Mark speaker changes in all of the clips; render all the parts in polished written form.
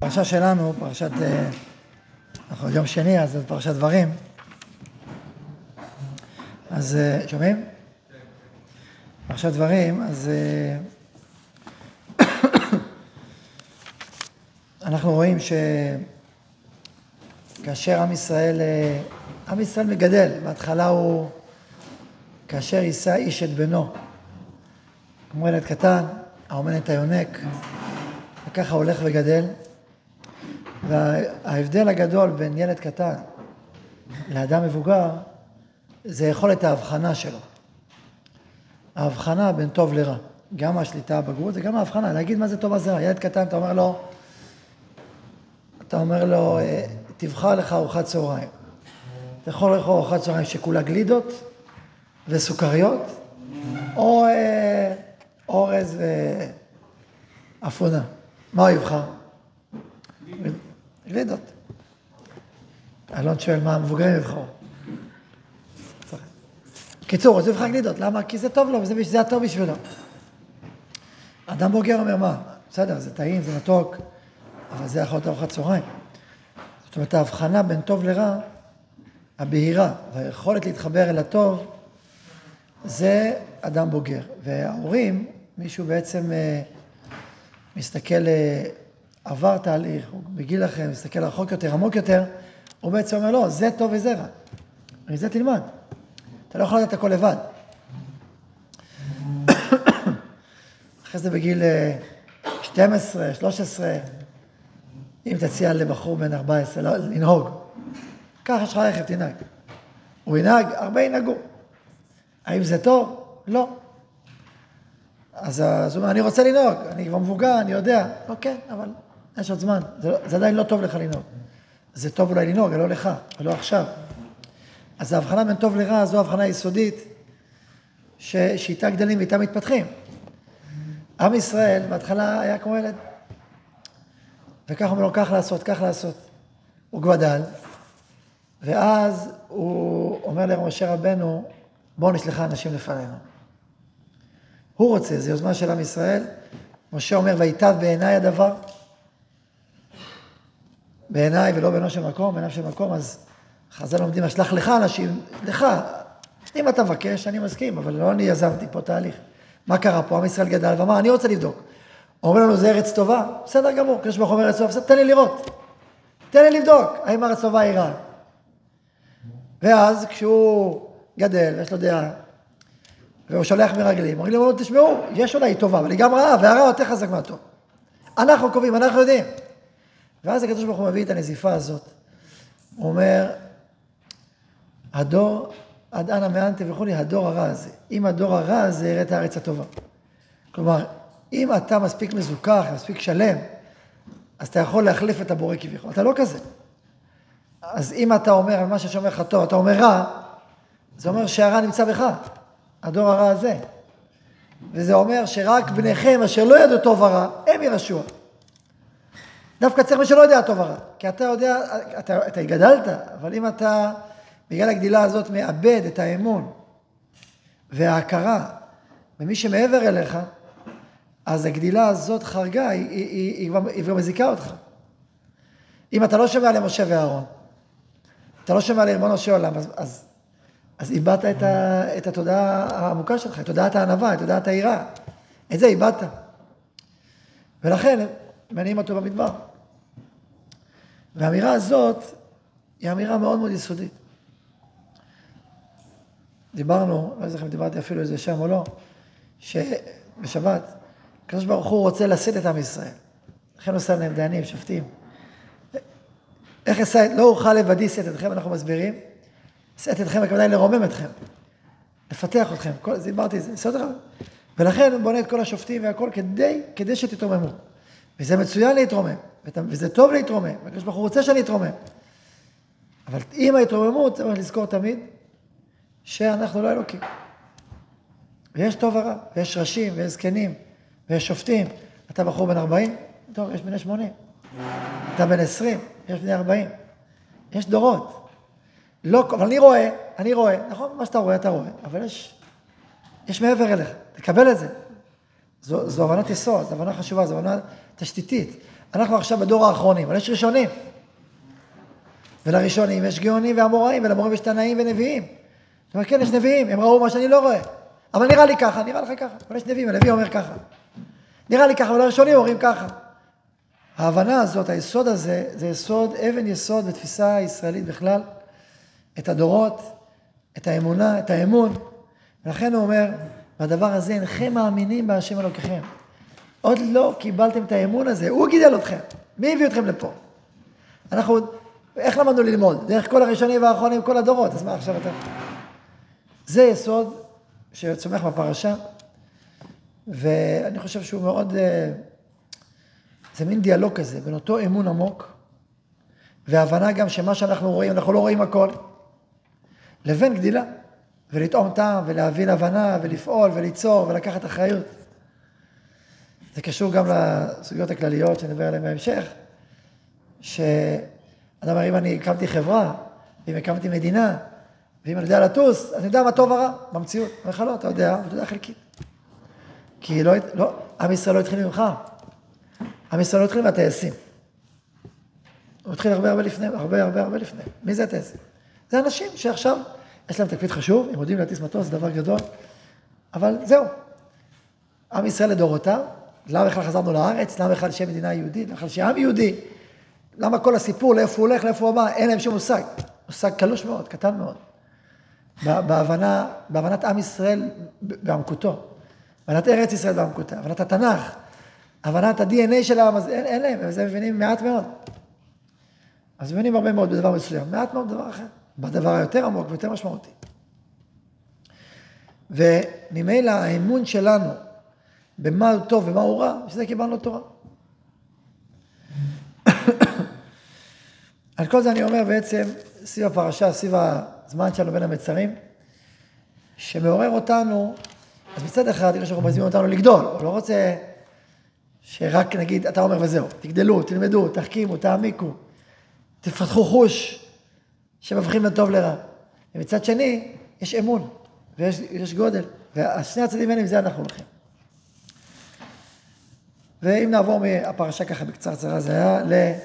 Speaker 1: הפרשה שלנו, אנחנו יום שני, אז זה פרשת דברים. אז שומעים? פרשת דברים, אז אנחנו רואים שכאשר עם ישראל מגדל, בהתחלה הוא כאשר יישא איש את בנו, כמו ילד קטן, האומן את היונק, וככה הולך וגדל. וההבדל הגדול בין ילד קטן לאדם מבוגר זה יכולת ההבחנה שלו. ההבחנה בין טוב לרע. גם השליטה בגרות זה גם ההבחנה, להגיד מה זה טוב וזה רע. ילד קטן, אתה אומר לו, תבחר לך ארוחת צהריים. אתה יכול לאכול ארוחת צהריים שכולה גלידות וסוכריות, או אורז ואפונה. מה הוא יבחר? גלידות. אלון שואל מה המבוגרים יבחרו. קיצור, אז הוא יבחר גלידות. למה? כי זה טוב לו, זה הטוב בשבילו. אדם בוגר אומר מה? בסדר, זה טעים, זה מתוק, אבל זה יכול להיות ארוחת צהריים. זאת אומרת, ההבחנה בין טוב לרע, הבהירה והיכולת להתחבר אל הטוב, זה אדם בוגר. וההורים, מישהו בעצם מסתכל, עבר תהליך, הוא בגיל לכם, מסתכל רחוק יותר, עמוק יותר, הוא בעצם אומר, לא, זה טוב וזה רע. וזה תלמד. אתה לא יכול לדעת הכל לבד. אחרי זה בגיל 12, 13, אם תציע לבחור בן 14, לנהוג, ככה יש לך רכב, תנהג. הוא ינהג, הרבה ינהגו. האם זה טוב? לא. אז הוא אומר, אני רוצה לנהוג, אני כבר מבוגר, אני יודע. אוקיי, אבל יש עוד זמן, זה עדיין לא טוב לך לנהוג. זה טוב אולי לנהוג, לא לך, ולא עכשיו. אז ההבחנה בין טוב לרע, זו ההבחנה היסודית, שאיתה גדלים ואיתה מתפתחים. עם ישראל, בהתחלה היה כמו ילד, וכך אומר לו, כך לעשות. הוא גדל, ואז הוא אומר למשה רבנו, בואו נשלח אנשים לפנינו. הוא רוצה, זו יוזמה של עם ישראל. משה אומר, ויטב בעיניי הדבר. בעיניי ולא בעיניו של מקום, בעיניו של מקום, אז חז"ל לומדים, אשלח לך אנשים, לך. אם אתה מבקש, אני מסכים, אבל לא אני יזמתי פה תהליך. מה קרה פה? עם ישראל גדל ואמר, אני רוצה לבדוק. אומר לנו, זה ארץ טובה? בסדר גמור, כשש ברוך אומר ארץ טובה, תן לי לראות. תן לי לבדוק, האם ארץ טובה היא רעה. ואז כשהוא גדל, יש לו דעה, והוא שולח מרגלים, אומרים לו, תשמעו, יש אולי טובה, אבל היא גם רעה, והרעה יותר חזק מהטוב. אנחנו קובעים, אנחנו יודעים. ואז הקדוש ברוך הוא מביא את הנזיפה הזאת. הוא אומר, הדור, עד אנה מאנטה וכו', הדור הרע הזה. אם הדור הרע הזה יראה את הארץ הטובה. כלומר, אם אתה מספיק מזוכח, מספיק שלם, אז אתה יכול להחליף את הבורא כביכול. אתה לא כזה. אז אם אתה אומר על מה ששומר לך טוב, אתה אומר רע, זה אומר שהרע נמצא בך. הדור הרע הזה. וזה אומר שרק בניכם אשר לא ידעו טוב ורע, הם ירשוע. דווקא צריך מי שלא יודע טוב ורע. כי אתה יודע, אתה גדלת, אבל אם אתה בגלל הגדילה הזאת מאבד את האמון וההכרה במי שמעבר אליך, אז הגדילה הזאת חרגה, היא כבר מזיקה אותך. אם אתה לא שומע למשה ואהרון, אתה לא שומע לריבונו של עולם, אז איבדת את התודעה העמוקה שלך, את תודעת הענווה, את תודעת היראה. את זה איבדת. ולכן מניעים אותו במדבר. והאמירה הזאת היא אמירה מאוד מאוד יסודית. דיברנו, לא יודע אם דיברתי אפילו איזה שם או לא, שבשבת, הקדוש ברוך הוא רוצה לשאת את עם ישראל. לכן הוא שם להם דיינים, שופטים. איך עשה, לא אוכל לבדי לשאת אתכם, אנחנו מסבירים. לשאת אתכם, הכוונה לרומם אתכם. לפתח אתכם, זה דיברתי את זה, לשאת אתכם. ולכן הוא בונה את כל השופטים והכל כדי שתתרוממו. וזה מצוין להתרומם, וזה טוב להתרומם. הקדוש ברוך הוא רוצה שאני אתרומם. אבל עם ההתרוממות, צריך לזכור תמיד שאנחנו לא אלוקים. ויש טוב ורע, ויש ראשים, ויש זקנים, ויש שופטים. אתה בחור בן 40, טוב, יש בני 80. אתה בן 20, יש בני 40. יש דורות. לא, אבל אני רואה, נכון, מה שאתה רואה, אתה רואה, אבל יש מעבר אליך, תקבל את זה. זו הבנת יסוד, זו הבנה חשובה, זו הבנה תשתיתית. אנחנו עכשיו בדור האחרונים, אבל יש ראשונים. ולראשונים יש גאונים ואמוראים, ולאמוראים יש תנאים ונביאים. זאת אומרת, כן, יש נביאים, הם ראו מה שאני לא רואה. אבל נראה לי ככה, נראה לך ככה. אבל יש נביאים, הנביא אומר ככה. נראה לי ככה, אבל הראשונים אומרים ככה. ההבנה הזאת, היסוד הזה, זה יסוד, אבן יסוד בתפיסה הישראלית בכלל, את הדורות, את האמונה, את האמון. ולכן הוא אומר, בדבר הזה אינכם מאמינים בהשם אלוקיכם. עוד לא קיבלתם את האמון הזה, הוא גידל אתכם. מי הביא אתכם לפה? אנחנו, איך למדנו ללמוד? דרך כל הראשונים והאחרונים, כל הדורות. אז מה עכשיו אתה? זה יסוד שצומח בפרשה, ואני חושב שהוא מאוד, זה מין דיאלוג כזה, בין אותו אמון עמוק, והבנה גם שמה שאנחנו רואים, אנחנו לא רואים הכל, לבין גדילה, ולטעום טעם, ולהבין הבנה, ולפעול, וליצור, ולקחת אחריות. זה קשור גם לסוגיות הכלליות שנדבר עליהן בהמשך, שאדם אומר, אם אני הקמתי חברה, ואם הקמתי מדינה, ואם אני יודע לטוס, אז אני יודע מה טוב ורע במציאות. אני אומר לך, לא, אתה יודע חלקית. כי לא, עם ישראל לא התחיל ממך. עם ישראל לא התחיל מהטייסים. הוא התחיל הרבה לפני, הרבה לפני. מי זה הטייסים? זה אנשים שעכשיו יש להם תקליט חשוב, הם יודעים להטיס מטוס, זה דבר גדול, אבל זהו. עם ישראל לדורותיו, למה בכלל חזרנו לארץ? למה בכלל שיהיה מדינה יהודית? למה בכלל שיהיה עם יהודי? למה כל הסיפור, לאיפה הוא הולך, לאיפה הוא בא? אין להם שום מושג. מושג קלוש מאוד, קטן מאוד. בהבנת עם ישראל בעמקותו. הבנת ארץ ישראל בעמקותה. הבנת התנ"ך. הבנת ה-DNA של העם, אז אין להם, וזה מבינים מעט מאוד. אז מבינים הרבה מאוד בדבר מסוים, מעט מאוד בדבר אחר. בדבר היותר עמוק ויותר משמעותי. וממילא האמון שלנו במה הוא טוב ומה הוא רע, שזה קיבלנו תורה. על כל זה אני אומר בעצם, סביב הפרשה, סביב הזמן שלנו בין המצרים, שמעורר אותנו, אז מצד אחד, אנחנו מזמינים אותנו לגדול, הוא לא רוצה שרק נגיד, אתה אומר וזהו, תגדלו, תלמדו, תחכימו, תעמיקו, תפתחו חוש שמבחינים לטוב לרע. ומצד שני, יש אמון ויש גודל, והשני הצדדים האלה, עם זה אנחנו הולכים. ואם נעבור מהפרשה ככה בקצרה, זה היה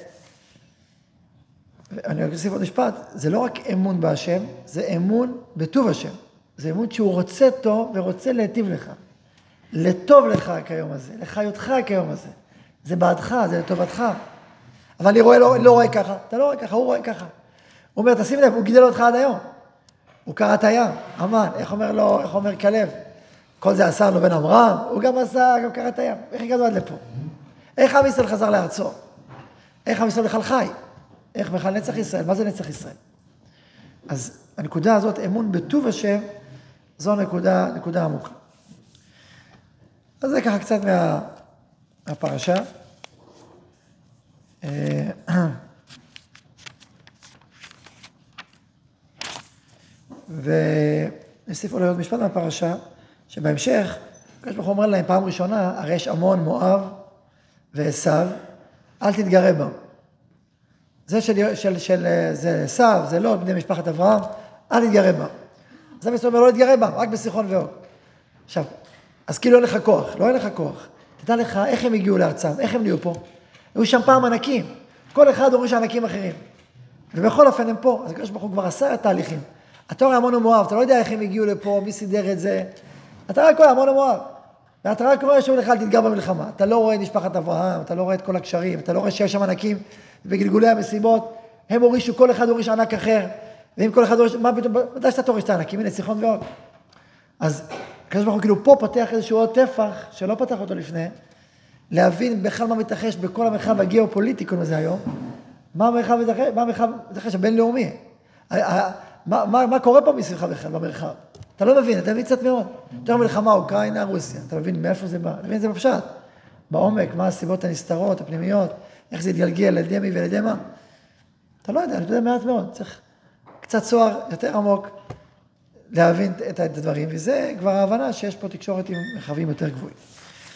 Speaker 1: אני אוסיף עוד משפט, זה לא רק אמון בהשם, זה אמון בטוב השם. זה אמון שהוא רוצה טוב ורוצה להיטיב לך. לטוב לך כיום הזה, לחיותך כיום הזה. זה בעדך, זה לטובתך. אבל אני לא רואה ככה, אתה לא רואה ככה, הוא רואה ככה. הוא אומר, תשים לב, הוא גידל אותך עד היום. הוא קרא את הים, אמן, איך אומר כלב? כל זה עשה לו בן אברהם, הוא גם קרא את הים. איך הגענו עד לפה? איך עם ישראל חזר לארצו? איך עם ישראל בכלל חי? איך בכלל נצח ישראל? מה זה נצח ישראל? אז הנקודה הזאת, אמון בטוב השם, זו נקודה עמוקה. אז זה ככה קצת מהפרשה. ונוסיף עוד משפט מהפרשה, שבהמשך, הקדוש ברוך הוא אומר להם פעם ראשונה, הרי יש עמון, מואב ועשיו, אל תתגרה בם. זה זה עשיו, זה לא בני משפחת אברהם, אל תתגרה בם. אז המסוים אומר, לא להתגרה בם, רק בסיחון ואוג. עכשיו, אז כאילו אין לך כוח, לא אין לך כוח. תדע לך איך הם הגיעו לארצם, איך הם נהיו פה. היו שם פעם ענקים, כל אחד הוריש ענקים אחרים. ובכל אופן הם פה, אז הקדוש ברוך הוא כבר עשה את התהליכים. אתה רואה עמון ומואב, אתה לא יודע איך הם הגיעו לפה, מי סידר את זה. אתה רק רואה עמון ומואב. ואתה רק רואה שהוא לך אל תתגר במלחמה. אתה לא רואה את משפחת אברהם, אתה לא רואה את כל הקשרים, אתה לא רואה שיש שם ענקים בגלגולי המסיבות. הם הורישו, כל אחד הוריש ענק אחר. ואם כל אחד הוריש, מה פתאום, ודאי שאתה תוריש את הענקים, הנה סיחון ואוג. אז הקדוש ברוך הוא כאילו פה פותח איזשהו עוד טפח, שלא פתח אותו לפני, להבין בכלל מה מתרחש בכל המרחב הגיאופוליטי, כל זה היום, מה המרחב מתרחש הבינלאומי. מה קורה פה מסביבך בכלל במרחב? אתה לא מבין, אתה מבין קצת מאוד. יותר מלחמה, אוקראינה, רוסיה, אתה מבין מאיפה זה בא, אתה מבין את זה בפשט. בעומק, מה הסיבות הנסתרות, הפנימיות, איך זה יתגלגל, לידי מי ולידי מה. אתה לא יודע, אתה יודע מעט מאוד, צריך קצת צוהר יותר עמוק להבין את הדברים, וזה כבר ההבנה שיש פה תקשורת עם מרחבים יותר גבוהים.